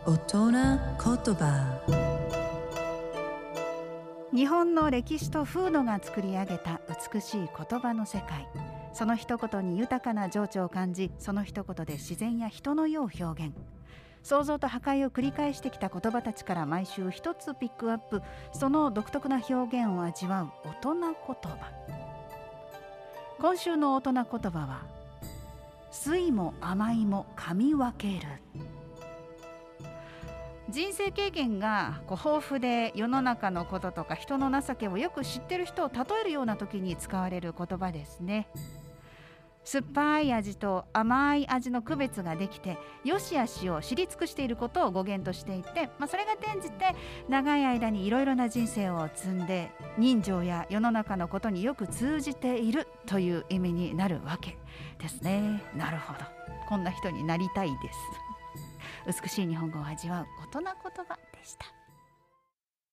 大人言葉。 日本の歴史と風土が作り上げた美しい言葉の世界。その一言に豊かな情緒を感じ、その一言で自然や人の世を表現。創造と破壊を繰り返してきた言葉たちから毎週一つピックアップ、その独特な表現を味わう大人言葉。今週の大人言葉は、酸いも甘いも噛み分ける。人生経験が豊富で世の中のこととか人の情けをよく知ってる人を例えるような時に使われる言葉ですね。酸っぱい味と甘い味の区別ができて、良し悪しを知り尽くしていることを語源としていて、それが転じて長い間にいろいろな人生を積んで人情や世の中のことによく通じているという意味になるわけですね。なるほど、こんな人になりたいです。美しい日本語を味わう大人言葉でした。